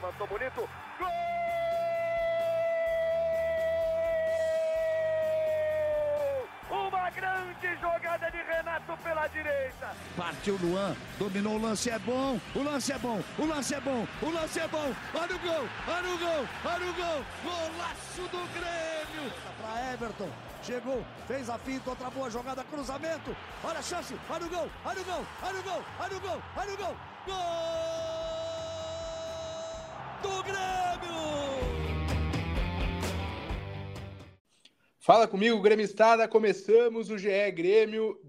Levantou bonito. Gol! Uma grande jogada de Renato pela direita. Partiu Luan, dominou, o lance é bom, o lance é bom, o lance é bom, o lance é bom. Olha o gol, olha o gol, olha o gol. Golaço do Grêmio. Para Everton, chegou, fez a finta, outra boa jogada, cruzamento. Olha a chance, olha o gol, olha o gol, olha o gol, olha o gol, olha o gol. Gol do Grêmio. Fala comigo, gremistada, começamos o GE Grêmio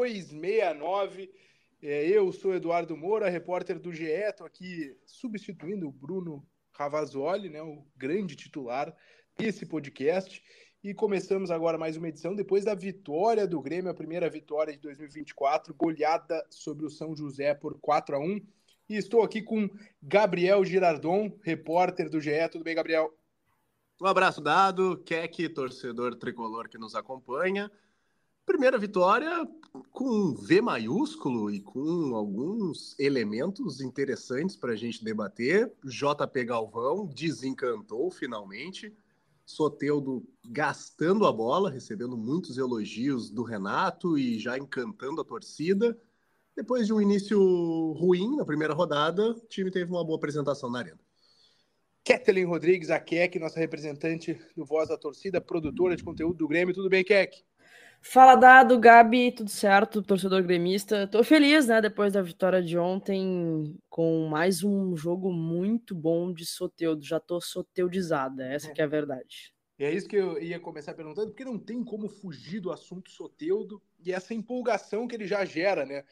269. Eu sou Eduardo Moura, repórter do GE, estou aqui substituindo o Bruno Ravazoli, né, o grande titular desse podcast, e começamos agora mais uma edição, depois da vitória do Grêmio, a primeira vitória de 2024, goleada sobre o São José por 4-1, e estou aqui com Gabriel Girardon, repórter do GE. Tudo bem, Gabriel? Um abraço dado, Keck, torcedor tricolor que nos acompanha. Primeira vitória com V maiúsculo e com alguns elementos interessantes para a gente debater. JP Galvão desencantou finalmente. Soteldo gastando a bola, recebendo muitos elogios do Renato e já encantando a torcida. Depois de um início ruim na primeira rodada, o time teve uma boa apresentação na arena. Kathleen Rodrigues, a Keck, nossa representante do Voz da Torcida, produtora de conteúdo do Grêmio. Tudo bem, Keck? Fala, Dado, Gabi, tudo certo, torcedor gremista. Tô feliz, né, depois da vitória de ontem, com mais um jogo muito bom de Soteldo. Já tô soteudizada, essa que é a verdade. É isso que eu ia começar perguntando, porque não tem como fugir do assunto Soteldo e essa empolgação que ele já gera, né?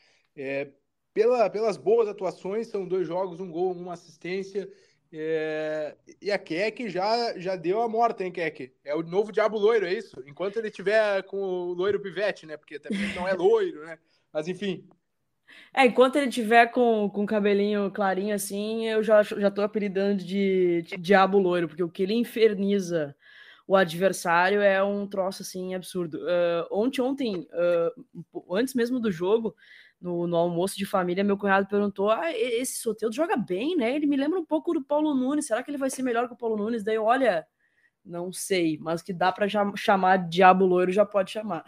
Pelas boas atuações, são 2 jogos, 1 gol, 1 assistência. E a Keck já deu a morta, hein, Keck? É o novo Diabo Loiro, é isso? Enquanto ele tiver com o loiro pivete, né? Porque também não é loiro, né? Mas enfim. Enquanto ele tiver com o cabelinho clarinho assim, eu já tô apelidando de Diabo Loiro, porque o que ele inferniza o adversário é um troço assim absurdo. Ontem, antes mesmo do jogo, no almoço de família, meu cunhado perguntou: esse Soteldo joga bem, né? Ele me lembra um pouco do Paulo Nunes, será que ele vai ser melhor que o Paulo Nunes? Daí, olha, não sei, mas que dá para chamar de Diabo Loiro, já pode chamar.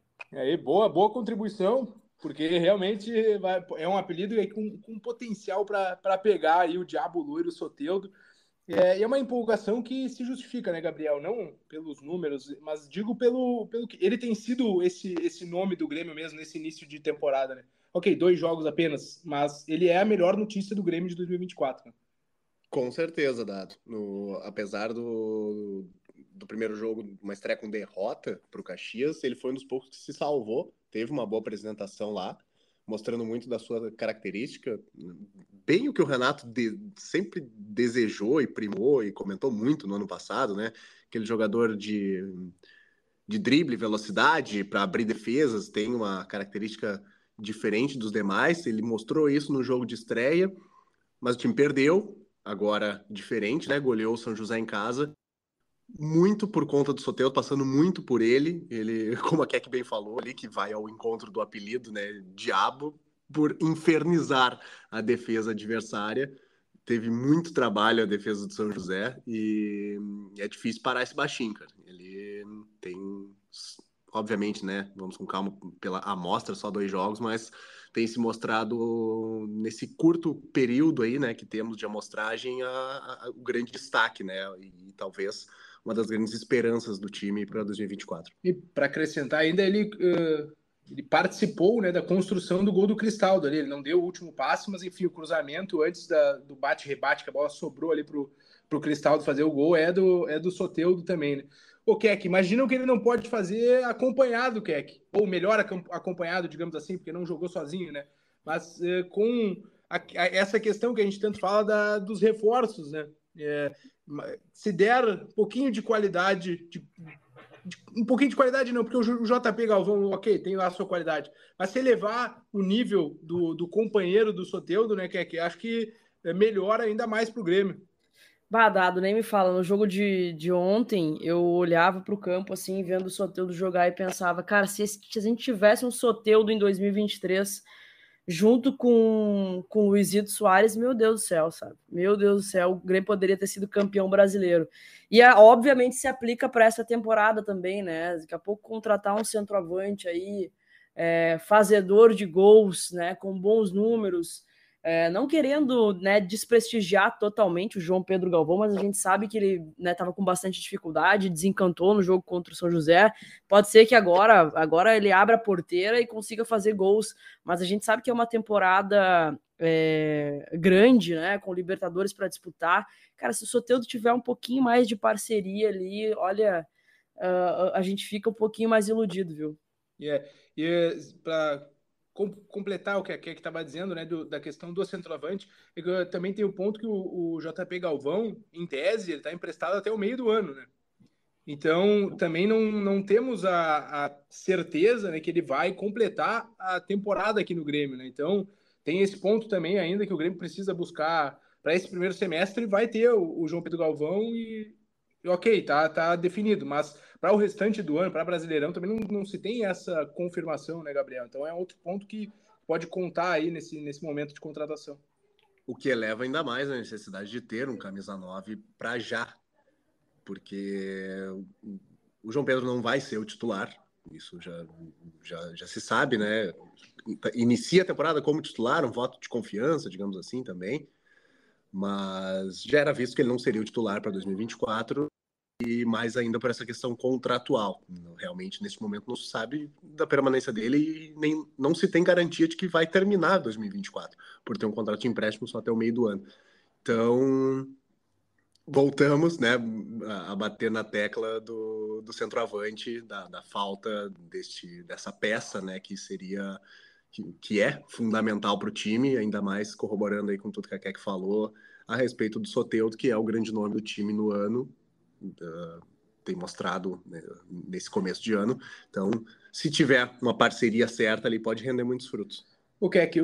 Boa contribuição, porque realmente é um apelido com potencial para pegar aí o Diabo Loiro, Soteldo. E é uma empolgação que se justifica, né, Gabriel? Não pelos números, mas digo pelo que ele tem sido esse nome do Grêmio mesmo nesse início de temporada, né? Ok, 2 jogos apenas, mas ele é a melhor notícia do Grêmio de 2024. Né? Com certeza, Dado. Apesar do primeiro jogo, uma estreia com derrota para o Caxias, ele foi um dos poucos que se salvou, teve uma boa apresentação lá, mostrando muito da sua característica, bem o que o Renato sempre desejou e primou e comentou muito no ano passado, né? Aquele jogador de drible, velocidade, para abrir defesas, tem uma característica diferente dos demais. Ele mostrou isso no jogo de estreia, mas o time perdeu, agora diferente, né? Goleou o São José em casa. Muito por conta do Soteldo, passando muito por ele. Ele, como a Keck bem falou ali, que vai ao encontro do apelido, né? Diabo, por infernizar a defesa adversária. Teve muito trabalho a defesa do São José e é difícil parar esse baixinho, cara. Ele tem, obviamente, né? Vamos com calma pela amostra, só 2 jogos, mas tem se mostrado nesse curto período aí, né? Que temos de amostragem o grande destaque, né? E talvez uma das grandes esperanças do time para 2024. E para acrescentar ainda, ele participou, né, da construção do gol do Cristaldo ali. Ele não deu o último passe, mas enfim, o cruzamento antes do bate-rebate, que a bola sobrou ali pro Cristaldo fazer o gol, é do Soteldo também, né? Ô, Keck, imagina o que ele não pode fazer acompanhado, Keck. Ou melhor acompanhado, digamos assim, porque não jogou sozinho, né? Mas com essa questão que a gente tanto fala dos reforços, né? Se der um pouquinho de qualidade, um pouquinho de qualidade não, porque o JP Galvão, ok, tem lá a sua qualidade, mas se elevar o nível do companheiro do Soteldo, né, que acho que melhora ainda mais pro Grêmio. Dado, nem me fala, no jogo de ontem, eu olhava pro campo, assim, vendo o Soteldo jogar e pensava, cara, se a gente tivesse um Soteldo em 2023, junto com o Luizito Soares, meu Deus do céu, sabe? Meu Deus do céu, o Grêmio poderia ter sido campeão brasileiro. E obviamente se aplica para essa temporada também, né? Daqui a pouco contratar um centroavante aí, fazedor de gols, né? Com bons números, não querendo, né, desprestigiar totalmente o João Pedro Galvão, mas a gente sabe que ele estava, né, com bastante dificuldade, desencantou no jogo contra o São José. Pode ser que agora ele abra a porteira e consiga fazer gols, mas a gente sabe que é uma temporada grande, né, com Libertadores para disputar. Cara, se o Soteldo tiver um pouquinho mais de parceria ali, olha, a gente fica um pouquinho mais iludido, viu? E para completar o que estava dizendo, né, da questão do centroavante, também tem o ponto que o JP Galvão, em tese, ele está emprestado até o meio do ano, né? Então, também não temos a certeza, né, que ele vai completar a temporada aqui no Grêmio, né? Então, tem esse ponto também ainda que o Grêmio precisa buscar para esse primeiro semestre. Vai ter o João Pedro Galvão e ok, tá definido, mas para o restante do ano, para Brasileirão, também não se tem essa confirmação, né, Gabriel? Então é outro ponto que pode contar aí nesse momento de contratação. O que eleva ainda mais a necessidade de ter um camisa 9 para já, porque o João Pedro não vai ser o titular, isso já se sabe, né? Inicia a temporada como titular, um voto de confiança, digamos assim, também, mas já era visto que ele não seria o titular para 2024, e mais ainda por essa questão contratual. Realmente, nesse momento, não se sabe da permanência dele e não se tem garantia de que vai terminar 2024, por ter um contrato de empréstimo só até o meio do ano. Então, voltamos, né, a bater na tecla do centroavante, da falta dessa peça, né, que é fundamental para o time, ainda mais corroborando aí com tudo que a Keck falou a respeito do Soteldo, que é o grande nome do time no ano, tem mostrado, né, nesse começo de ano. Então, se tiver uma parceria certa, ele pode render muitos frutos. O Keck,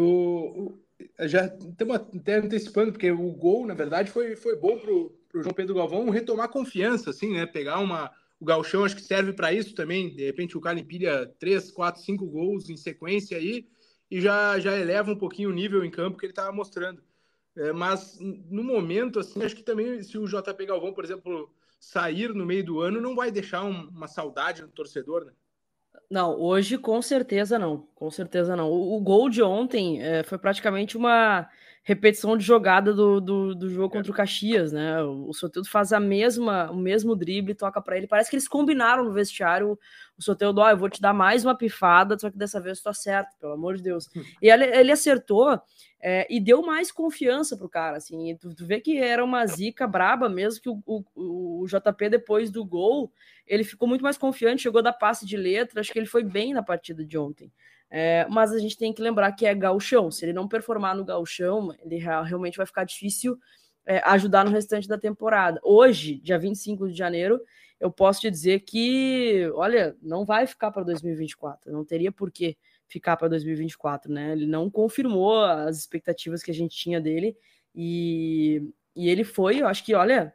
já estamos até antecipando, porque o gol, na verdade, foi bom pro João Pedro Galvão retomar confiança, assim, né? Pegar o gauchão, acho que serve para isso também. De repente o cara empilha 3, 4, 5 gols em sequência aí e já eleva um pouquinho o nível em campo que ele estava mostrando. Mas no momento, assim, acho que também se o JP Galvão, por exemplo, sair no meio do ano, não vai deixar uma saudade no torcedor, né? Não, hoje com certeza não. Com certeza não. O gol de ontem foi praticamente uma repetição de jogada do jogo contra o Caxias, né? O Soteldo faz o mesmo drible, toca para ele. Parece que eles combinaram no vestiário. O Soteldo, eu vou te dar mais uma pifada, só que dessa vez eu tô certo, pelo amor de Deus. E ele acertou e deu mais confiança pro cara, assim. Tu vê que era uma zica braba mesmo, que o JP, depois do gol, ele ficou muito mais confiante, chegou a dar passe de letra, acho que ele foi bem na partida de ontem. Mas a gente tem que lembrar que é gauchão. Se ele não performar no gauchão, ele realmente vai ficar difícil ajudar no restante da temporada. Hoje, dia 25 de janeiro, eu posso te dizer que, olha, não vai ficar para 2024, não teria por que ficar para 2024, né? Ele não confirmou as expectativas que a gente tinha dele e ele foi, eu acho que, olha,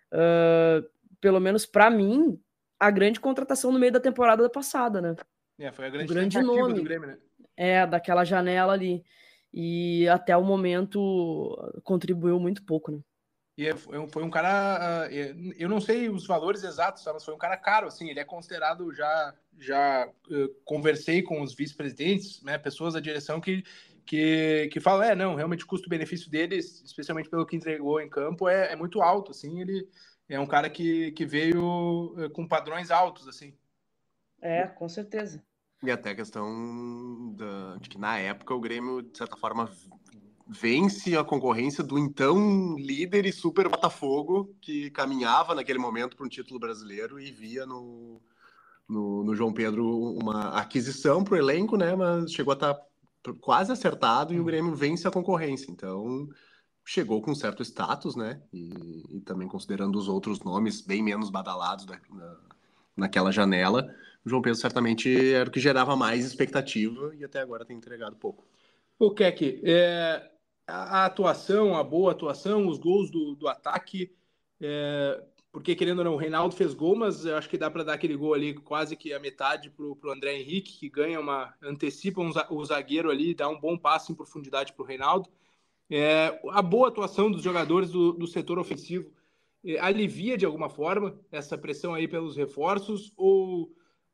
pelo menos para mim, a grande contratação no meio da temporada passada, né? Foi a grande nome do Grêmio, né? Daquela janela ali. E até o momento contribuiu muito pouco, né? E foi um cara, eu não sei os valores exatos, mas foi um cara caro, assim, ele é considerado, já conversei com os vice-presidentes, né, pessoas da direção que falam, não, realmente o custo-benefício deles, especialmente pelo que entregou em campo, é muito alto, assim, ele é um cara que veio com padrões altos, assim. Com certeza. E até a questão de que na época o Grêmio, de certa forma, vence a concorrência do então líder e super Botafogo, que caminhava naquele momento para um título brasileiro e via no João Pedro uma aquisição para o elenco, né? Mas chegou a estar quase acertado e o Grêmio vence a concorrência. Então, chegou com certo status, né? E também considerando os outros nomes bem menos badalados naquela janela, o João Pedro certamente era o que gerava mais expectativa e até agora tem entregado pouco. O Keck, a atuação, a boa atuação, os gols do ataque, porque querendo ou não, o Reinaldo fez gol, mas eu acho que dá para dar aquele gol ali quase que a metade pro André Henrique, que ganha antecipa o zagueiro ali, dá um bom passe em profundidade pro Reinaldo. A boa atuação dos jogadores do setor ofensivo alivia de alguma forma essa pressão aí pelos reforços, ou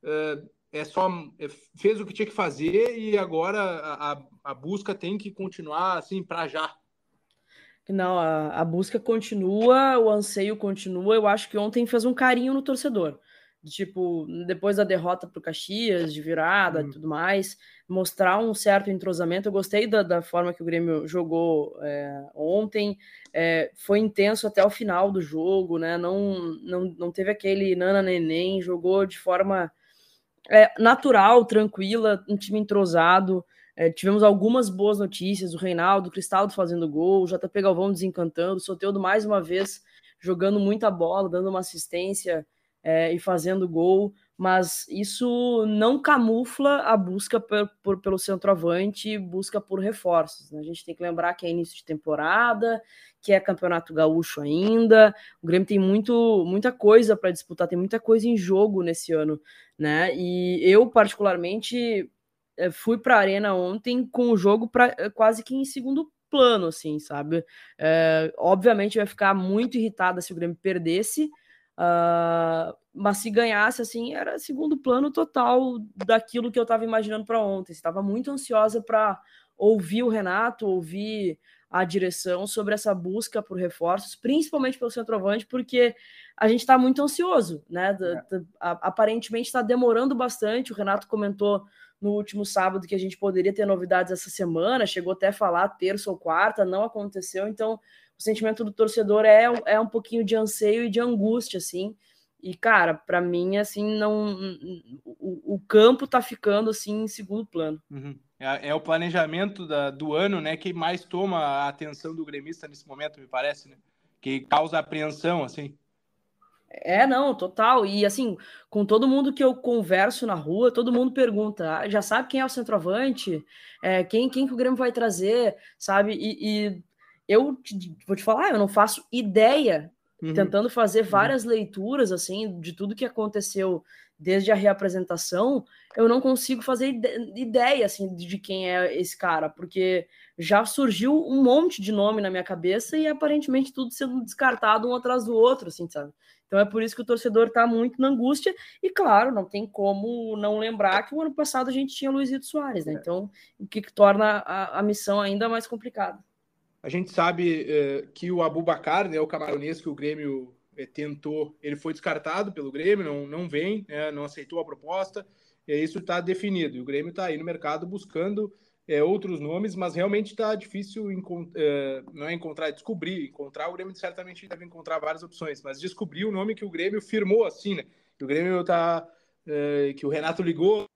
fez o que tinha que fazer e agora a busca tem que continuar assim para já? Não, a busca continua, o anseio continua. Eu acho que ontem fez um carinho no torcedor. Tipo, depois da derrota para o Caxias, de virada e tudo mais, mostrar um certo entrosamento. Eu gostei da forma que o Grêmio jogou ontem. Foi intenso até o final do jogo, né? Não teve aquele nana-neném, jogou de forma natural, tranquila, um time entrosado. Tivemos algumas boas notícias, o Reinaldo, o Cristaldo fazendo gol, o JP Galvão desencantando, o Soteldo mais uma vez jogando muita bola, dando uma assistência e fazendo gol, mas isso não camufla a busca pelo centroavante, busca por reforços, né? A gente tem que lembrar que é início de temporada, que é Campeonato Gaúcho ainda, o Grêmio tem muita coisa para disputar, tem muita coisa em jogo nesse ano, né? E eu, particularmente, fui para a Arena ontem com o jogo quase que em segundo plano, assim, sabe? Obviamente eu ia ficar muito irritada se o Grêmio perdesse, mas se ganhasse, assim, era segundo plano total daquilo que eu estava imaginando para ontem. Estava muito ansiosa para ouvir o Renato, ouvir a direção sobre essa busca por reforços, principalmente pelo centroavante, porque a gente está muito ansioso, né? Aparentemente está demorando bastante. O Renato comentou no último sábado que a gente poderia ter novidades essa semana, chegou até a falar terça ou quarta, não aconteceu. Então, o sentimento do torcedor é um pouquinho de anseio e de angústia, assim. E, cara, para mim, assim, o campo tá ficando, assim, em segundo plano. Uhum. É o planejamento do ano, né, que mais toma a atenção do gremista nesse momento, me parece, né? Que causa apreensão, assim. Não, total. E, assim, com todo mundo que eu converso na rua, todo mundo pergunta, já sabe quem é o centroavante? Quem que o Grêmio vai trazer, sabe? E eu vou te falar, eu não faço ideia, tentando fazer várias leituras, assim, de tudo que aconteceu desde a reapresentação, eu não consigo fazer ideia, assim, de quem é esse cara, porque já surgiu um monte de nome na minha cabeça e aparentemente tudo sendo descartado um atrás do outro, assim, sabe? Então é por isso que o torcedor tá muito na angústia e, claro, não tem como não lembrar que o ano passado a gente tinha Luizito Soares, né? Então, o que torna a missão ainda mais complicada. A gente sabe que o Aboubakar, né, o camaronês que o Grêmio tentou, ele foi descartado pelo Grêmio, não vem, né, não aceitou a proposta, isso está definido. E o Grêmio está aí no mercado buscando outros nomes, mas realmente está difícil não é descobrir. Encontrar, o Grêmio certamente deve encontrar várias opções, mas descobrir o nome que o Grêmio firmou assim, né? Que o Grêmio está, que o Renato ligou.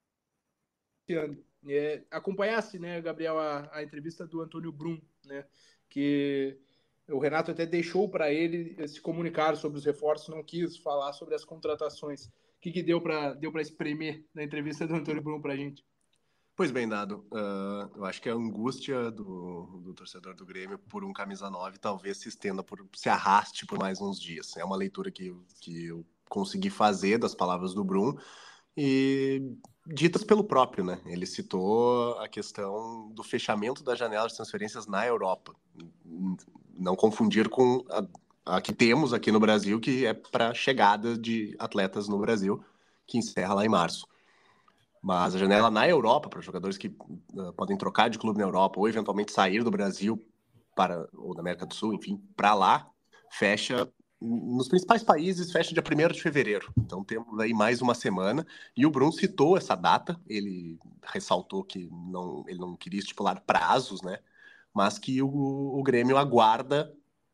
Acompanhasse, né, Gabriel, a entrevista do Antônio Brum, né? Que o Renato até deixou para ele se comunicar sobre os reforços, não quis falar sobre as contratações. O que deu para espremer na entrevista do Antônio Brum para a gente? Pois bem, Dado, eu acho que a angústia do torcedor do Grêmio por um camisa 9 talvez se arraste por mais uns dias. É uma leitura que eu consegui fazer das palavras do Brum e ditas pelo próprio, né? Ele citou a questão do fechamento da janela de transferências na Europa. Não confundir com a que temos aqui no Brasil, que é para chegada de atletas no Brasil, que encerra lá em março. Mas a janela na Europa, para jogadores que podem trocar de clube na Europa ou eventualmente sair do Brasil ou da América do Sul, enfim, para lá, fecha nos principais países, fecha dia 1º de fevereiro. Então temos aí mais uma semana. E o Brum citou essa data, ele ressaltou que ele não queria estipular prazos, né? Mas que o Grêmio aguarda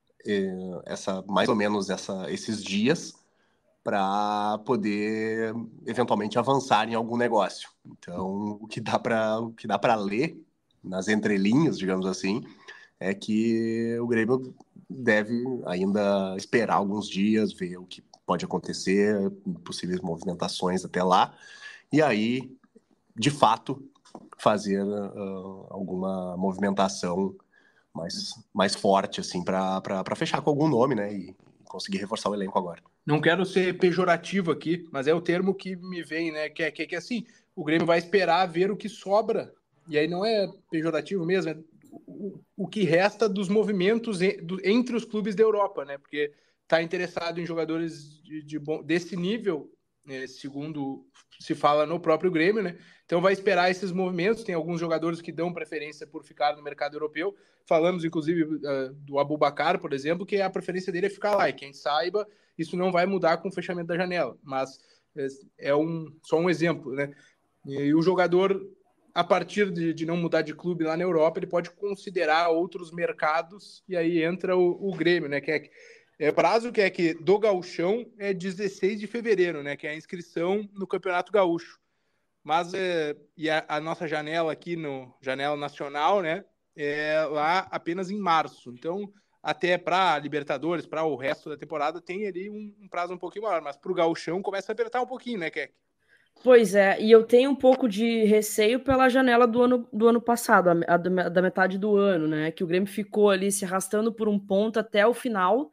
mais ou menos esses dias para poder eventualmente avançar em algum negócio. Então, o que dá para ler nas entrelinhas, digamos assim, é que o Grêmio deve ainda esperar alguns dias, ver o que pode acontecer, possíveis movimentações até lá, e aí, de fato, fazer alguma movimentação mais forte, assim, para fechar com algum nome, né, e conseguir reforçar o elenco agora. Não quero ser pejorativo aqui, mas é o termo que me vem, né? Que é assim, o Grêmio vai esperar ver o que sobra. E aí não é pejorativo mesmo, é o que resta dos movimentos entre os clubes da Europa, né? Porque está interessado em jogadores desse nível, segundo se fala no próprio Grêmio, né? Então vai esperar esses movimentos. Tem alguns jogadores que dão preferência por ficar no mercado europeu. Falamos, inclusive, do Aboubakar, por exemplo, que a preferência dele é ficar lá. E quem saiba, isso não vai mudar com o fechamento da janela. Mas só um exemplo, né? E o jogador, a partir de não mudar de clube lá na Europa, ele pode considerar outros mercados, e aí entra o Grêmio, né? O prazo que do Gauchão é 16 de fevereiro, né? Que é a inscrição no Campeonato Gaúcho. Mas a nossa janela aqui, janela nacional, né? É lá apenas em março. Então, até para Libertadores, para o resto da temporada, tem ali um prazo um pouquinho maior. Mas para o Gauchão começa a apertar um pouquinho, né, Keck? Pois é, e eu tenho um pouco de receio pela janela do ano passado, da metade do ano, né? Que o Grêmio ficou ali se arrastando por um ponto até o final.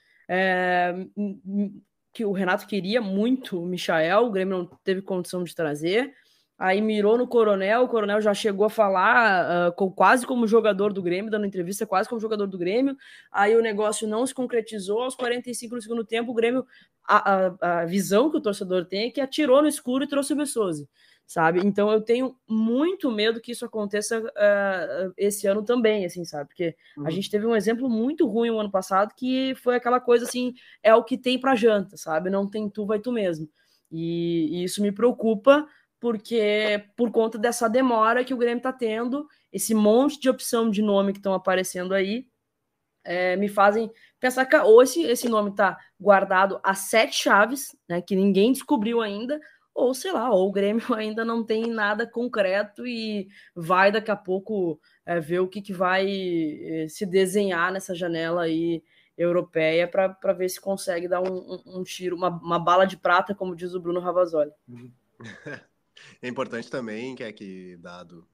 Que o Renato queria muito o Michael, o Grêmio não teve condição de trazer. Aí mirou no Coronel, o Coronel já chegou a falar quase como jogador do Grêmio, dando entrevista quase como jogador do Grêmio. Aí o negócio não se concretizou. Aos 45 do segundo tempo, o Grêmio, a visão que o torcedor tem é que atirou no escuro e trouxe o Bessosi, sabe? Então eu tenho muito medo que isso aconteça esse ano também, assim, sabe? Porque a gente teve um exemplo muito ruim o ano passado, que foi aquela coisa assim, é o que tem pra janta, sabe? Não tem tu, vai tu mesmo. E isso me preocupa, porque por conta dessa demora que o Grêmio tá tendo, esse monte de opção de nome que estão aparecendo aí, me fazem pensar que ou esse nome tá guardado a 7 chaves, né, que ninguém descobriu ainda, ou sei lá, ou o Grêmio ainda não tem nada concreto e vai daqui a pouco ver o que vai se desenhar nessa janela aí europeia para ver se consegue dar um tiro, uma bala de prata, como diz o Bruno Ravazoli. É importante também, dado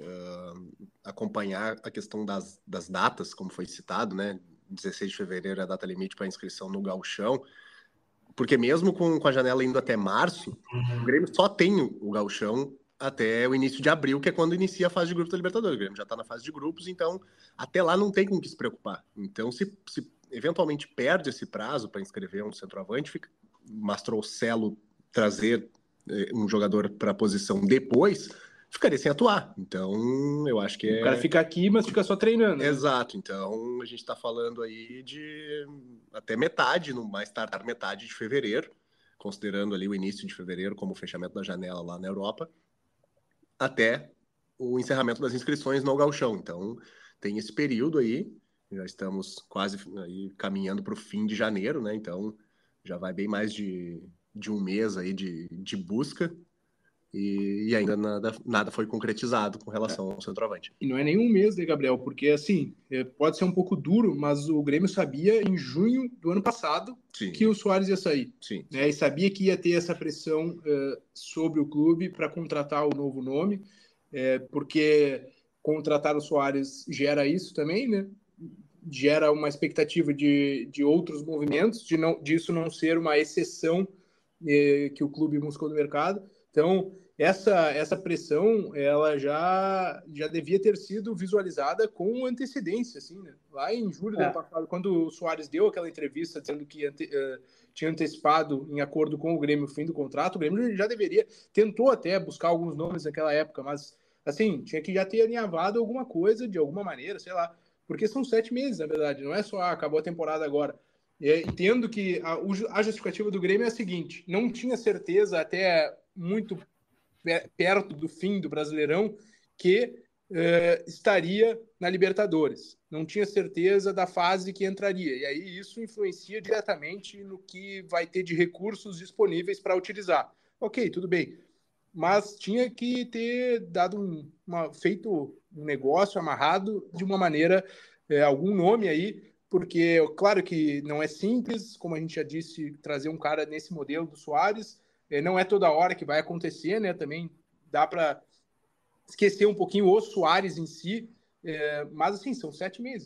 acompanhar a questão das datas, como foi citado, né? 16 de fevereiro é a data limite para inscrição no Gauchão, porque mesmo com a janela indo até março, o Grêmio só tem o Gauchão até o início de abril, que é quando inicia a fase de grupos da Libertadores. O Grêmio já está na fase de grupos, então até lá não tem com o que se preocupar. Então, se eventualmente perde esse prazo para inscrever um centroavante, Mastrocelo trazer um jogador para a posição depois, ficaria sem atuar. Então, eu acho que o cara fica aqui, mas fica só treinando. Né? Exato. Então, a gente está falando aí de até metade, no mais tardar metade de fevereiro, considerando ali o início de fevereiro como o fechamento da janela lá na Europa, até o encerramento das inscrições no Gauchão. Então, tem esse período aí, já estamos quase aí caminhando para o fim de janeiro, né? Então, já vai bem mais de um mês aí de busca e ainda nada foi concretizado com relação ao centroavante. E não é nem um mês, né, Gabriel? Porque, assim, pode ser um pouco duro, mas o Grêmio sabia em junho do ano passado que o Soares ia sair. Sim. Né? E sabia que ia ter essa pressão sobre o clube para contratar o novo nome, porque contratar o Soares gera isso também, né? Gera uma expectativa de outros movimentos, disso não ser uma exceção que o clube buscou no mercado. Então, essa pressão, ela já devia ter sido visualizada com antecedência, assim, né? Lá em julho do ano passado, quando o Soares deu aquela entrevista dizendo que tinha antecipado, em acordo com o Grêmio, o fim do contrato, o Grêmio já tentou até buscar alguns nomes naquela época, mas, assim, tinha que já ter alinhavado alguma coisa, de alguma maneira, sei lá, porque são 7 meses, na verdade, não é só acabou a temporada agora. Entendo que a justificativa do Grêmio é a seguinte: não tinha certeza até muito perto do fim do Brasileirão que estaria na Libertadores. Não tinha certeza da fase que entraria. E aí isso influencia diretamente no que vai ter de recursos disponíveis para utilizar. Ok, tudo bem. Mas tinha que ter feito um negócio amarrado de uma maneira, algum nome aí, porque claro que não é simples, como a gente já disse, trazer um cara nesse modelo do Soares. Não é toda hora que vai acontecer, né? Também dá para esquecer um pouquinho o Soares em si, mas assim, são 7 meses. Né?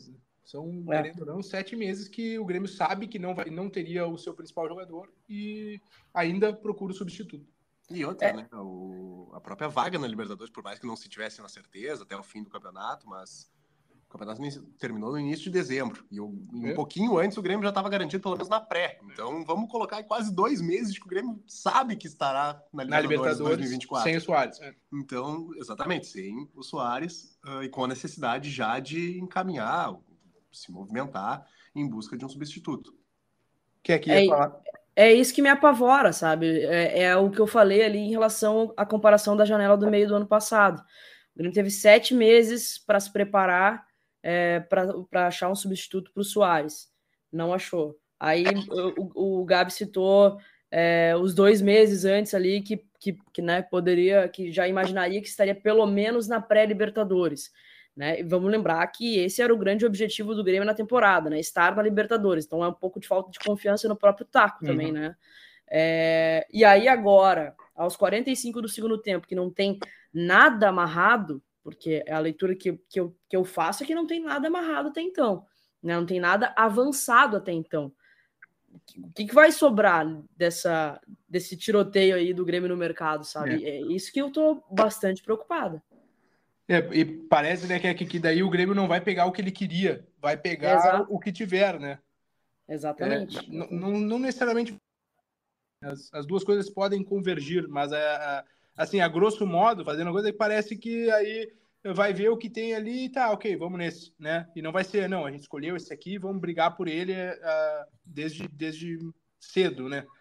São, querendo ou não, 7 meses que o Grêmio sabe que não teria o seu principal jogador e ainda procura o substituto. E outra, né? A própria vaga na Libertadores, por mais que não se tivesse na certeza até o fim do campeonato, mas o campeonato terminou no início de dezembro. E um pouquinho antes o Grêmio já estava garantido, pelo menos na pré. Então vamos colocar quase 2 meses de que o Grêmio sabe que estará na Libertadores 2024. Sem o Soares. Então, exatamente, sem o Soares e com a necessidade já de encaminhar, se movimentar em busca de um substituto. Que aqui ia falar? É isso que me apavora, sabe? É o que eu falei ali em relação à comparação da janela do meio do ano passado. O Grêmio teve 7 meses para se preparar para achar um substituto para o Soares. Não achou. Aí o Gabi citou os 2 meses antes ali que né, poderia, que já imaginaria que estaria pelo menos na pré-Libertadores. Né? E vamos lembrar que esse era o grande objetivo do Grêmio na temporada, né? Estar na Libertadores. Então é um pouco de falta de confiança no próprio Taco também, né? E aí agora, aos 45 do segundo tempo, que não tem nada amarrado, porque a leitura que eu faço é que não tem nada amarrado até então, né? Não tem nada avançado até então. O que vai sobrar desse tiroteio aí do Grêmio no mercado, sabe? É isso que eu tô bastante preocupada. E parece, né, que daí o Grêmio não vai pegar o que ele queria, vai pegar o que tiver, né? Exatamente. Não necessariamente as duas coisas podem convergir, mas assim, a grosso modo, fazendo uma coisa que parece que aí vai ver o que tem ali e tá, ok, vamos nesse, né? E não vai ser, não, a gente escolheu esse aqui, vamos brigar por ele desde cedo, né?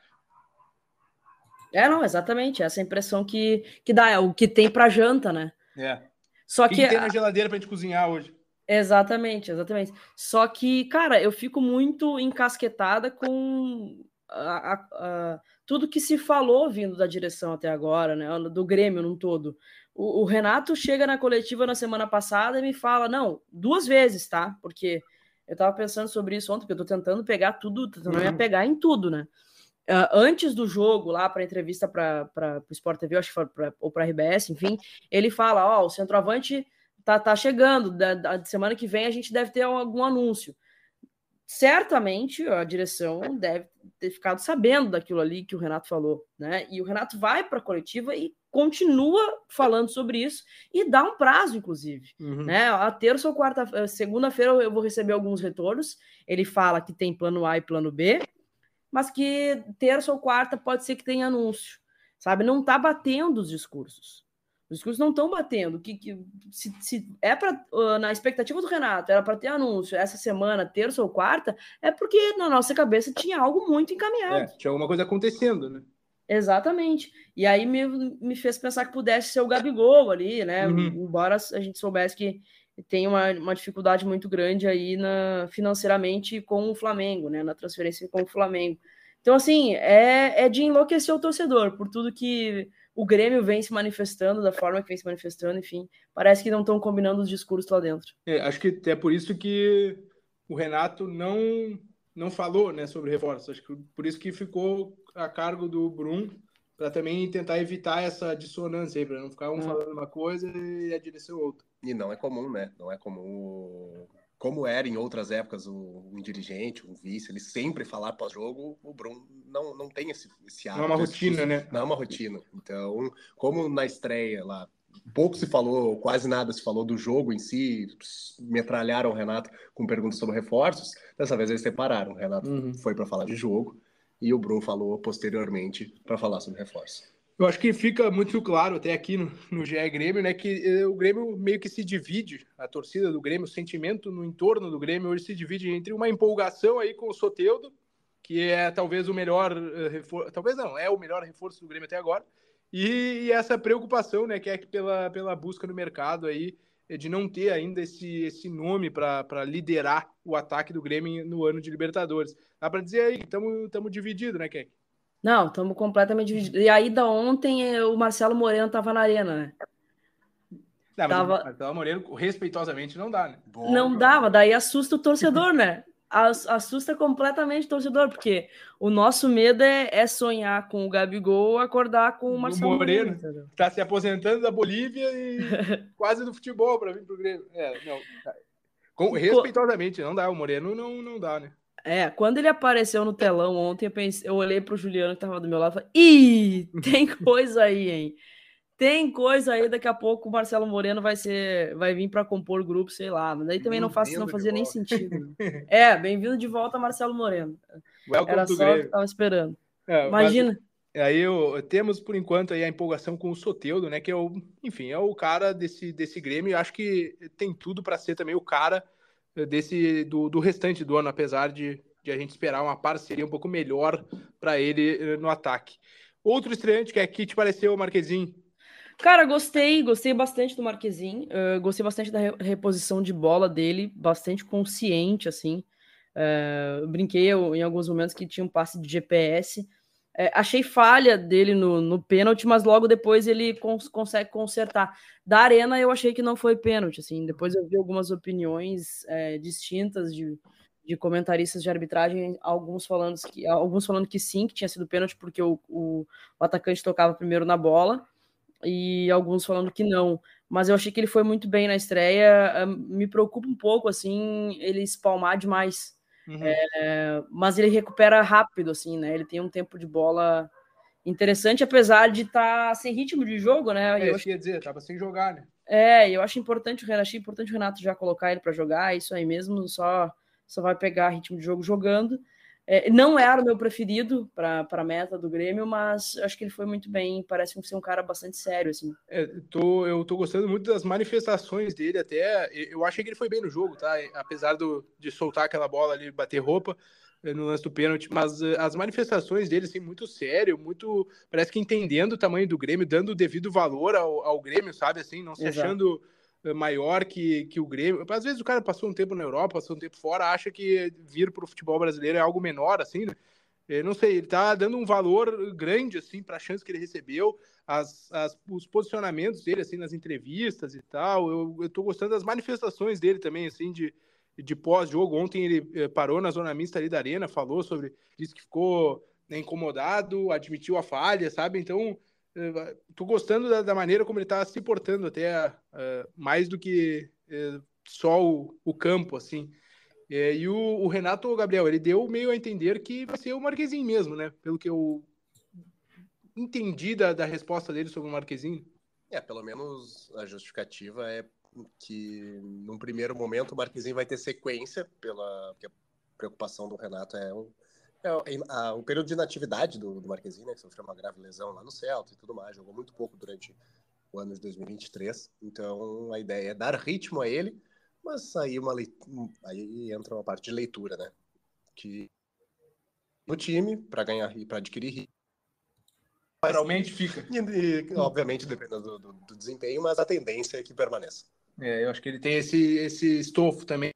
Não, exatamente, essa impressão que dá, é o que tem pra janta, né? Só que tem na geladeira pra gente cozinhar hoje. Exatamente. Só que, cara, eu fico muito encasquetada com tudo que se falou vindo da direção até agora, né? Do Grêmio num todo. O Renato chega na coletiva na semana passada e me fala, não, 2 vezes, tá? Porque eu tava pensando sobre isso ontem, porque eu tô tentando pegar tudo, tentando me apegar em tudo, né? Antes do jogo, lá para entrevista para o Sport TV, acho que foi ou para a RBS, enfim, ele fala: o centroavante tá chegando, da semana que vem a gente deve ter algum anúncio. Certamente a direção deve ter ficado sabendo daquilo ali que o Renato falou, né? E o Renato vai para a coletiva e continua falando sobre isso e dá um prazo, inclusive. Né? A terça ou segunda-feira eu vou receber alguns retornos. Ele fala que tem plano A e plano B, mas que terça ou quarta pode ser que tenha anúncio, sabe? Não tá batendo os discursos. Os discursos não estão batendo. Se é para na expectativa do Renato, era para ter anúncio essa semana, terça ou quarta, é porque na nossa cabeça tinha algo muito encaminhado. Tinha alguma coisa acontecendo, né? Exatamente. E aí me fez pensar que pudesse ser o Gabigol ali, né? Embora a gente soubesse que tem uma dificuldade muito grande aí financeiramente com o Flamengo, né? Na transferência com o Flamengo. Então, assim, é de enlouquecer o torcedor por tudo que o Grêmio vem se manifestando, da forma que vem se manifestando, enfim. Parece que não estão combinando os discursos lá dentro. Acho que é por isso que o Renato não falou, né, sobre reforço. Acho que por isso que ficou a cargo do Brum, para também tentar evitar essa dissonância aí, para não ficar um falando uma coisa e a direção outra. E não é comum, né? Não é comum, como era em outras épocas, um dirigente, um vice, ele sempre falar pós-jogo. O Brum não tem esse hábito. Não é uma rotina, né? Não é uma rotina. Então, como na estreia lá, pouco se falou, quase nada se falou do jogo em si, metralharam o Renato com perguntas sobre reforços, dessa vez eles separaram. O Renato foi para falar de jogo e o Brum falou posteriormente para falar sobre reforço. Eu acho que fica muito claro até aqui no GE Grêmio, né, que o Grêmio meio que se divide, a torcida do Grêmio, o sentimento no entorno do Grêmio hoje se divide entre uma empolgação aí com o Soteldo, que é talvez o melhor reforço, talvez não, é o melhor reforço do Grêmio até agora, e essa preocupação, né, que é pela busca no mercado aí, de não ter ainda esse nome para liderar o ataque do Grêmio no ano de Libertadores. Dá para dizer aí que estamos divididos, né, Keck? Não, estamos completamente divididos. E aí, ontem, o Marcelo Moreno estava na arena, né? Mas o Marcelo Moreno, respeitosamente, não dá, né? Não dava, daí assusta o torcedor, né? Assusta completamente o torcedor, porque o nosso medo é sonhar com o Gabigol, acordar com o Marcelo Moreno. Está se aposentando da Bolívia e quase do futebol para vir para o Grêmio. Respeitosamente, não dá. O Moreno não dá, né? Quando ele apareceu no telão ontem, eu olhei pro Juliano que tava do meu lado e falei, ih, tem coisa aí, hein? Tem coisa aí, daqui a pouco o Marcelo Moreno vai vir para compor grupo, sei lá. Mas daí também não fazia nem sentido. Né? Bem-vindo de volta, Marcelo Moreno. Era só o que tava esperando. Imagina. Mas, aí temos, por enquanto, aí a empolgação com o Soteldo, né? Que é o cara desse Grêmio. E acho que tem tudo para ser também o cara do restante do ano, apesar de a gente esperar uma parceria um pouco melhor para ele no ataque. Outro estreante que te pareceu, Marquezinho? Cara, gostei bastante do Marquezinho, gostei bastante da reposição de bola dele, bastante consciente, assim. Brinquei em alguns momentos que tinha um passe de GPS. Achei falha dele no pênalti, mas logo depois ele consegue consertar. Da Arena eu achei que não foi pênalti, assim. Depois eu vi algumas opiniões distintas de comentaristas de arbitragem, alguns falando que sim, que tinha sido pênalti porque o atacante tocava primeiro na bola, e alguns falando que não. Mas eu achei que ele foi muito bem na estreia. Me preocupa um pouco, assim, ele espalmar demais. Uhum. Mas ele recupera rápido, assim, né? Ele tem um tempo de bola interessante, apesar de estar sem ritmo de jogo, né? Eu ia dizer, tava sem jogar, né? Eu achei importante o Renato já colocar ele para jogar, isso aí mesmo, só vai pegar ritmo de jogo jogando. Não era o meu preferido para a meta do Grêmio, mas acho que ele foi muito bem, parece ser um cara bastante sério, assim. Eu tô gostando muito das manifestações dele, até eu achei que ele foi bem no jogo, tá? Apesar de soltar aquela bola ali, bater roupa no lance do pênalti, mas as manifestações dele, assim, muito sério, muito, parece que entendendo o tamanho do Grêmio, dando o devido valor ao Grêmio, sabe, assim, não se achando maior que o Grêmio. Às vezes o cara passou um tempo na Europa, passou um tempo fora, acha que vir para o futebol brasileiro é algo menor, assim, né? Eu não sei, ele tá dando um valor grande, assim, para a chance que ele recebeu, os posicionamentos dele, assim, nas entrevistas e tal. Eu tô gostando das manifestações dele também, assim, de pós-jogo. Ontem ele parou na zona mista ali da Arena, disse que ficou, né, incomodado, admitiu a falha, sabe? Então, tô gostando da maneira como ele tá se portando, até mais do que só o campo, assim. E o Renato, Gabriel, ele deu meio a entender que vai ser o Marquezinho mesmo, né? Pelo que eu entendi da resposta dele sobre o Marquezinho. Pelo menos a justificativa é que, num primeiro momento, o Marquezinho vai ter sequência, porque a preocupação do Renato o período de inatividade do Marquezinho, né? Que sofreu uma grave lesão lá no Celta e tudo mais, jogou muito pouco durante o ano de 2023. Então, a ideia é dar ritmo a ele, mas aí entra uma parte de leitura, né? Que no time, para ganhar e para adquirir ritmo. Geralmente fica. E, obviamente, dependendo do desempenho, mas a tendência é que permaneça. Eu acho que ele tem esse estofo também.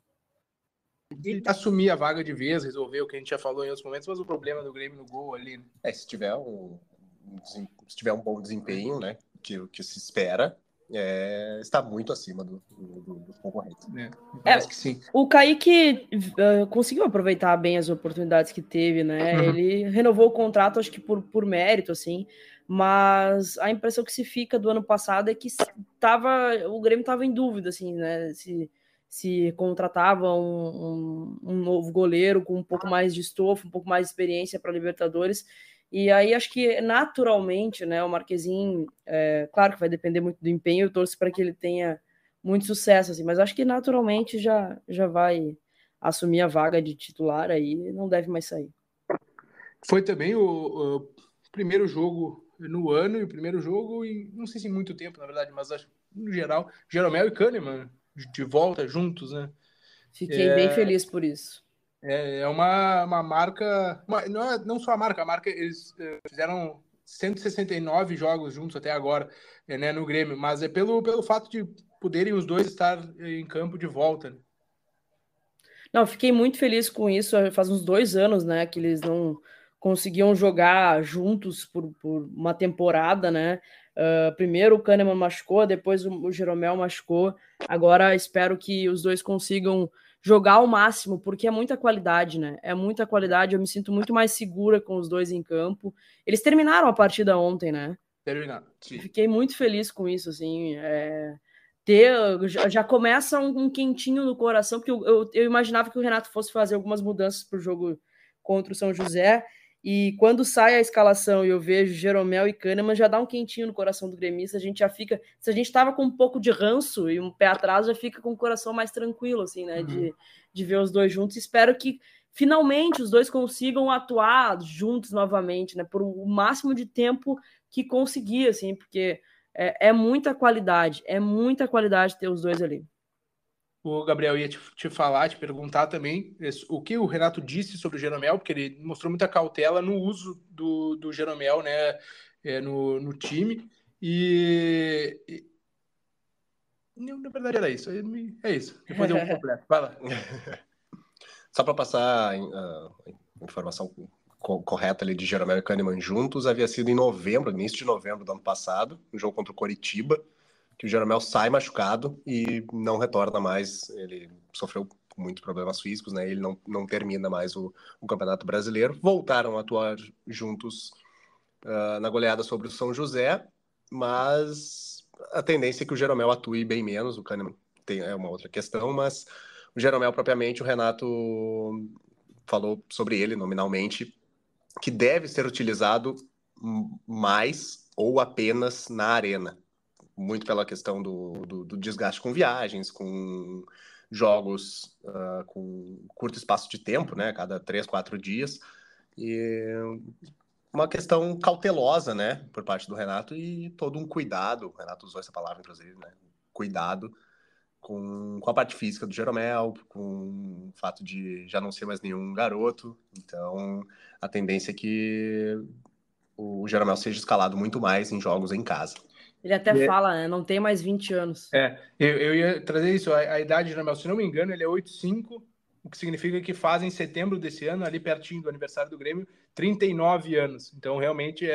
E assumir a vaga de vez, resolver o que a gente já falou em outros momentos, mas o problema do Grêmio no gol ali. Né? Se tiver um bom desempenho, né? Que se espera. Está muito acima do concorrente. Parece que sim. O Kaique conseguiu aproveitar bem as oportunidades que teve, né? Uhum. Ele renovou o contrato, acho que por mérito, assim, mas a impressão que se fica do ano passado é que o Grêmio estava em dúvida, assim, né? Se contratava um novo goleiro com um pouco mais de estofo, um pouco mais de experiência para Libertadores. E aí acho que naturalmente, né, o Marquezinho, claro que vai depender muito do empenho, eu torço para que ele tenha muito sucesso, assim, mas acho que naturalmente já vai assumir a vaga de titular aí, não deve mais sair. Foi também o primeiro jogo no ano e o primeiro jogo em, não sei se muito tempo, na verdade, mas acho no geral, Jeromel e Kahneman de volta juntos, né? Fiquei bem feliz por isso. É uma marca, não só a marca, eles fizeram 169 jogos juntos até agora, né, no Grêmio, mas é pelo fato de poderem os dois estar em campo de volta. Né? Não, fiquei muito feliz com isso, faz uns 2 anos, né, que eles não conseguiam jogar juntos por uma temporada, né, primeiro o Kahneman machucou, depois o Jeromel machucou, agora espero que os dois consigam jogar ao máximo, porque é muita qualidade, né? É muita qualidade, eu me sinto muito mais segura com os dois em campo. Eles terminaram a partida ontem, né? Terminaram, sim. Fiquei muito feliz com isso, assim. já começa um quentinho no coração, porque eu imaginava que o Renato fosse fazer algumas mudanças para o jogo contra o São José, e quando sai a escalação e eu vejo Jeromel e Kahneman, já dá um quentinho no coração do gremista, a gente já fica, se a gente estava com um pouco de ranço e um pé atrás, já fica com o coração mais tranquilo, assim, né, de ver os dois juntos. Espero que finalmente os dois consigam atuar juntos novamente, né, por o máximo de tempo que conseguir, assim, porque é muita qualidade ter os dois ali. O Gabriel ia te falar, te perguntar também o que o Renato disse sobre o Jeromel, porque ele mostrou muita cautela no uso do Jeromel, né, no time. E na verdade era isso. É isso. Depois eu completo. Vai lá. Só para passar a informação correta ali de Jeromel e Kahneman juntos, havia sido em novembro, início de novembro do ano passado, no jogo contra o Coritiba, que o Jeromel sai machucado e não retorna mais. Ele sofreu muitos problemas físicos, né? Ele não termina mais o Campeonato Brasileiro. Voltaram a atuar juntos na goleada sobre o São José, mas a tendência é que o Jeromel atue bem menos. O Kahneman é uma outra questão, mas o Jeromel propriamente, o Renato falou sobre ele nominalmente, que deve ser utilizado mais ou apenas na arena. Muito pela questão do desgaste com viagens, com jogos com curto espaço de tempo, né? Cada 3, 4 dias. E uma questão cautelosa, né? Por parte do Renato e todo um cuidado. O Renato usou essa palavra, inclusive, né? Cuidado com a parte física do Jeromel, com o fato de já não ser mais nenhum garoto. Então, a tendência é que o Jeromel seja escalado muito mais em jogos em casa. Ele até fala, né? Não tem mais 20 anos. Eu ia trazer isso. A idade de Jeromel, se não me engano, ele é 8,5, o que significa que faz em setembro desse ano, ali pertinho do aniversário do Grêmio, 39 anos. Então, realmente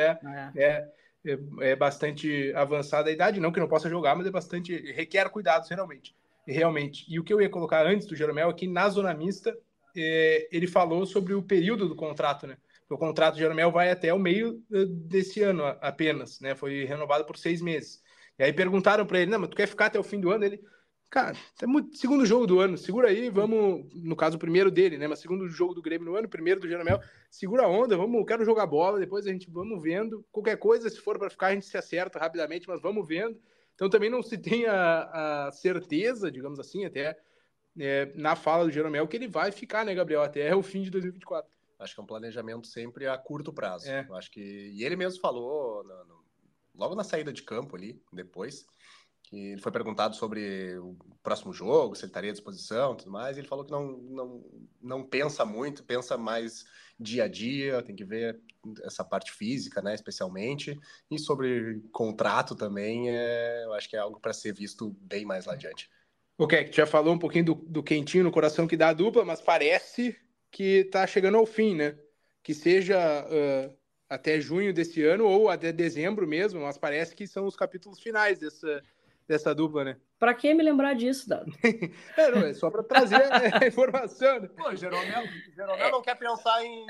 é bastante avançada a idade. Não que não possa jogar, mas é bastante... requer cuidados, realmente. E o que eu ia colocar antes do Jeromel aqui, na zona mista, ele falou sobre o período do contrato, né? O contrato de Jeromel vai até o meio desse ano apenas, né? Foi renovado por 6 meses. E aí perguntaram para ele, não, mas tu quer ficar até o fim do ano? Ele, cara, é muito segundo jogo do ano, segura aí, vamos, no caso o primeiro dele, né? Mas segundo jogo do Grêmio no ano, primeiro do Jeromel, segura a onda, quero jogar bola, depois a gente vamos vendo. Qualquer coisa, se for para ficar, a gente se acerta rapidamente, mas vamos vendo. Então também não se tem a certeza, digamos assim, até na fala do Jeromel, que ele vai ficar, né, Gabriel, até o fim de 2024. Acho que é um planejamento sempre a curto prazo. Eu acho que... E ele mesmo falou, logo na saída de campo ali, depois, que ele foi perguntado sobre o próximo jogo, se ele estaria à disposição e tudo mais, e ele falou que não pensa muito, pensa mais dia a dia, tem que ver essa parte física, né, especialmente, e sobre contrato também, eu acho que é algo para ser visto bem mais lá adiante. Ok, tu já falou um pouquinho do quentinho no coração que dá a dupla, mas parece que tá chegando ao fim, né? Que seja até junho desse ano ou até dezembro mesmo, mas parece que são os capítulos finais dessa dupla, né? Pra que me lembrar disso, Dado? É só pra trazer a informação. Né? Pô, Jeromel não quer pensar em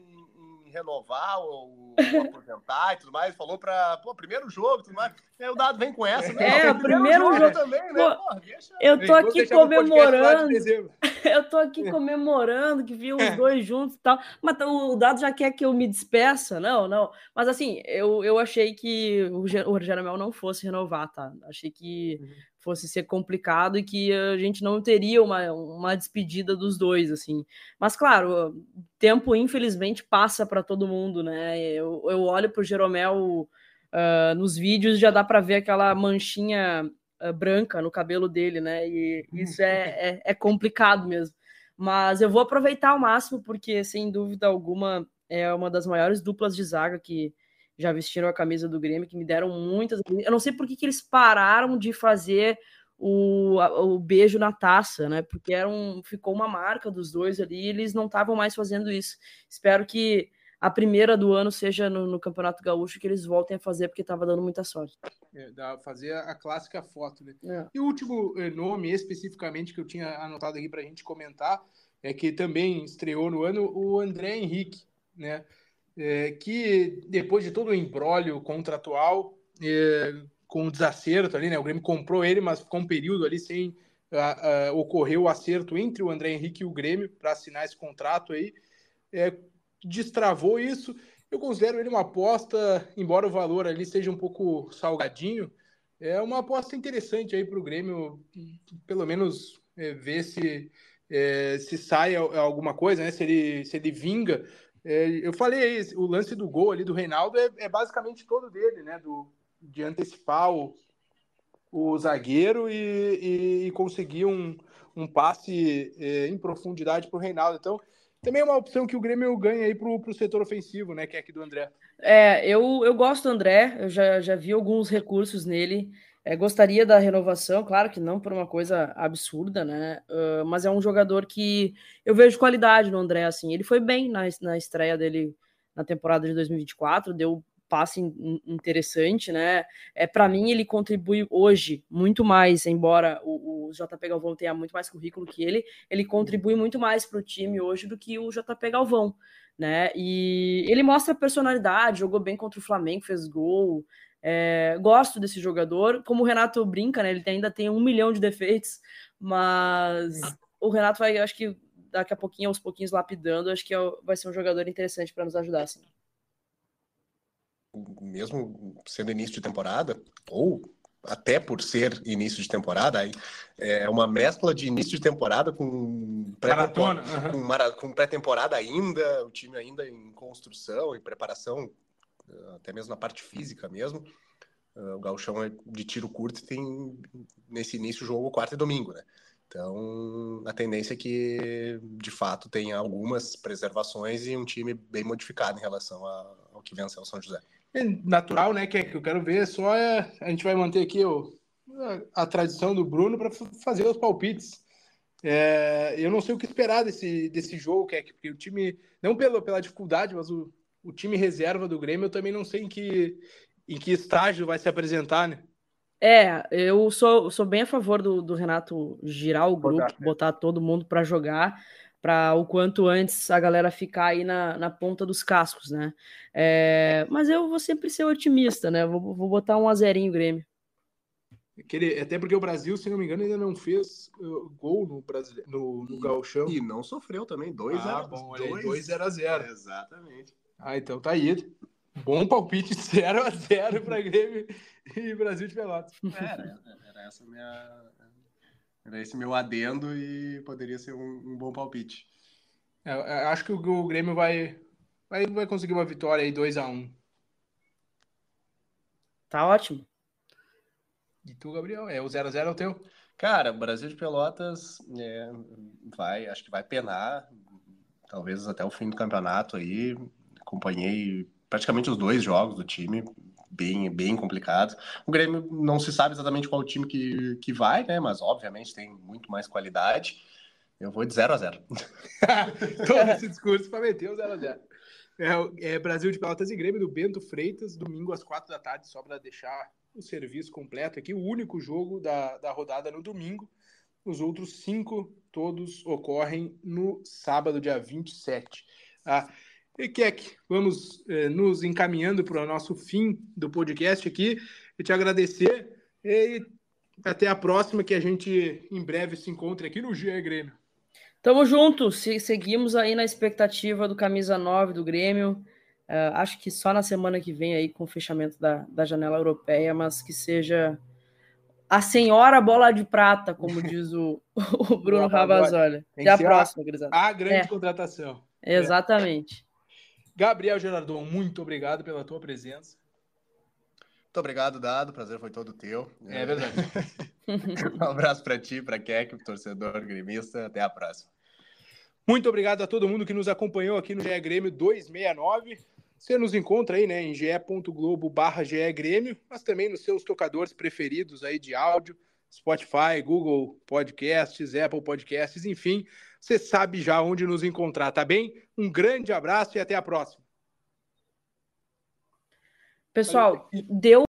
renovar ou aposentar e tudo mais, falou para primeiro jogo e tudo mais. Aí o Dado vem com essa, né? O primeiro jogo também, né? Pô, eu tô aqui comemorando. Eu tô aqui comemorando que vi os dois juntos e tal. Mas o Dado já quer que eu me despeça? Não. Mas assim, eu achei que o Jeromel não fosse renovar, tá? Achei que fosse ser complicado e que a gente não teria uma despedida dos dois, assim. Mas, claro, o tempo, infelizmente, passa para todo mundo, né? Eu olho pro Jeromel nos vídeos, já dá para ver aquela manchinha branca no cabelo dele, né? E isso é complicado mesmo. Mas eu vou aproveitar ao máximo, porque, sem dúvida alguma, é uma das maiores duplas de zaga que já vestiram a camisa do Grêmio, que me deram muitas... Eu não sei por que eles pararam de fazer o beijo na taça, né? Porque ficou uma marca dos dois ali, e eles não estavam mais fazendo isso. Espero que a primeira do ano seja no Campeonato Gaúcho, que eles voltem a fazer, porque estava dando muita sorte. Fazer a clássica foto, né? E o último nome, especificamente, que eu tinha anotado aqui para a gente comentar, é que também estreou no ano o André Henrique, né? Que depois de todo o imbróglio contratual, um desacerto ali, né? O Grêmio comprou ele, mas ficou um período ali sem ocorrer o acerto entre o André Henrique e o Grêmio para assinar esse contrato aí. Destravou isso. Eu considero ele uma aposta, embora o valor ali seja um pouco salgadinho, é uma aposta interessante aí para o Grêmio, pelo menos ver se sai alguma coisa, né? Se ele vinga. Eu falei aí, o lance do gol ali do Reinaldo é basicamente todo dele, né? De antecipar o zagueiro e conseguir um passe em profundidade para o Reinaldo. Então, também é uma opção que o Grêmio ganha aí para o setor ofensivo, né? Que é aqui do André. Eu gosto do André, eu já vi alguns recursos nele. Gostaria da renovação, claro que não por uma coisa absurda, né? Mas é um jogador que eu vejo qualidade no André, assim. Ele foi bem na estreia dele na temporada de 2024, deu passe interessante, né? Para mim, ele contribui hoje muito mais, embora o JP Galvão tenha muito mais currículo que ele contribui muito mais para o time hoje do que o JP Galvão, né? E ele mostra personalidade, jogou bem contra o Flamengo, fez gol. Gosto desse jogador. Como o Renato brinca, né? Ele ainda tem 1 milhão de defeitos, mas o Renato vai, acho que daqui a pouquinho, aos pouquinhos, lapidando, acho que vai ser um jogador interessante para nos ajudar, assim. Mesmo sendo início de temporada, ou até por ser início de temporada, é uma mescla de início de temporada com pré-temporada ainda, o time ainda em construção e preparação, até mesmo na parte física mesmo. O Gauchão é de tiro curto e tem nesse início jogo quarta e domingo, né? Então, a tendência é que, de fato, tenha algumas preservações e um time bem modificado em relação ao que venceu o São José. É natural, né? Que eu quero ver só a gente vai manter aqui a tradição do Bruno para fazer os palpites. Eu não sei o que esperar desse jogo, porque o time, não pela dificuldade, mas o time reserva do Grêmio, eu também não sei em que estágio vai se apresentar, né? Eu sou bem a favor do Renato girar o grupo, botar todo mundo para jogar, para o quanto antes a galera ficar aí na ponta dos cascos, né? Mas eu vou sempre ser otimista, né? Vou botar 1-0 Grêmio. Até porque o Brasil, se não me engano, ainda não fez gol no Gauchão. E não sofreu também, 2-0. Exatamente. Então tá aí. Bom palpite, 0-0 para Grêmio e Brasil de Pelotas. Era esse meu adendo e poderia ser um bom palpite. Acho que o Grêmio vai conseguir uma vitória aí, 2-1. Tá ótimo. E tu, Gabriel? O 0-0 é o teu? Cara, Brasil de Pelotas acho que vai penar, talvez até o fim do campeonato aí. Acompanhei praticamente os 2 jogos do time, bem complicado. O Grêmio não se sabe exatamente qual o time que vai, né? Mas obviamente tem muito mais qualidade. Eu vou de 0-0. Todo esse discurso para meter o 0-0. Brasil de Pelotas e Grêmio do Bento Freitas, domingo às 4 da tarde, só para deixar o serviço completo aqui. O único jogo da rodada no domingo. Os outros 5 todos ocorrem no sábado, dia 27. E Keck, vamos nos encaminhando para o nosso fim do podcast aqui. E te agradecer e até a próxima, que a gente em breve se encontre aqui no GE Grêmio. Tamo junto, seguimos aí na expectativa do camisa 9 do Grêmio. Acho que só na semana que vem aí com o fechamento da janela europeia, mas que seja a senhora bola de prata, como diz o Bruno Ravazoli. Até a próxima, gurizada. A grande contratação. Exatamente. Gabriel Gerardon, muito obrigado pela tua presença. Muito obrigado, Dado. O prazer foi todo teu. É verdade. Um abraço para ti, para Keck, torcedor gremista. Até a próxima. Muito obrigado a todo mundo que nos acompanhou aqui no GE Grêmio 269. Você nos encontra aí, né, em ge.globo/GE Grêmio, mas também nos seus tocadores preferidos aí de áudio, Spotify, Google Podcasts, Apple Podcasts, enfim, você sabe já onde nos encontrar, tá bem? Um grande abraço e até a próxima. Pessoal, deu